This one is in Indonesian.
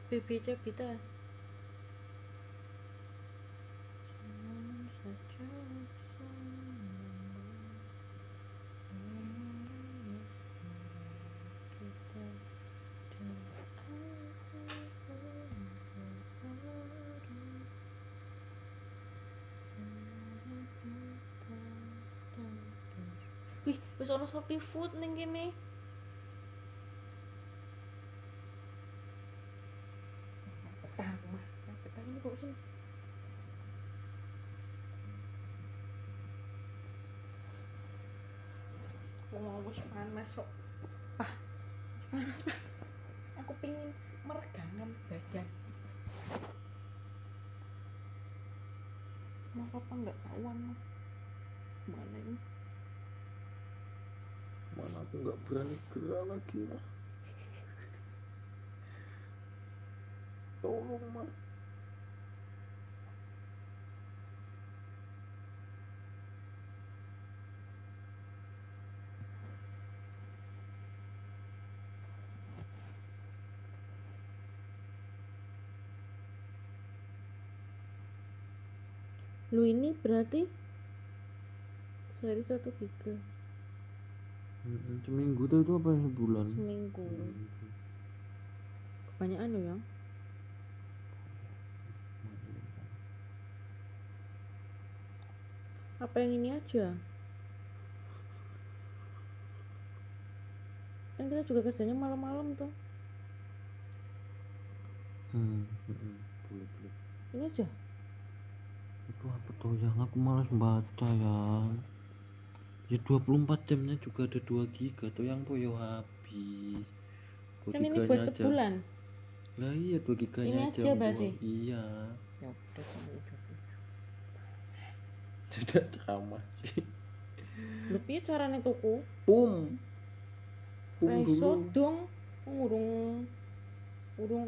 BBC Bita. Wih, wis ana Shopee Food ning kene. Petang mah. Petang ini kok sih. Wong wis panas kok. Panas. Aku pingin meregangan badan. Mau apa enggak kawan mah. Mana ini? Mana aku nggak berani gerak lagi mah. Tolong mah. Lu ini berarti sehari 1 giga. Seminggu tuh itu apa sebulan? Seminggu. Kebanyakan lo ya. Apa yang ini aja? Kan kita juga kerjanya malam-malam tuh. Boleh. Ini aja. Itu apa tuh yang aku malas baca yang ya 24 jamnya juga ada 2 giga tuh yang poyo habis. Kan ini buat aja. Sebulan. Lah iya 2 giganya Ini aja. aja berarti? Iya. Ya udah kamu coba. Tidak ceramah sih. Lu piye carane tuku? Pum Raiso dulu. dong urung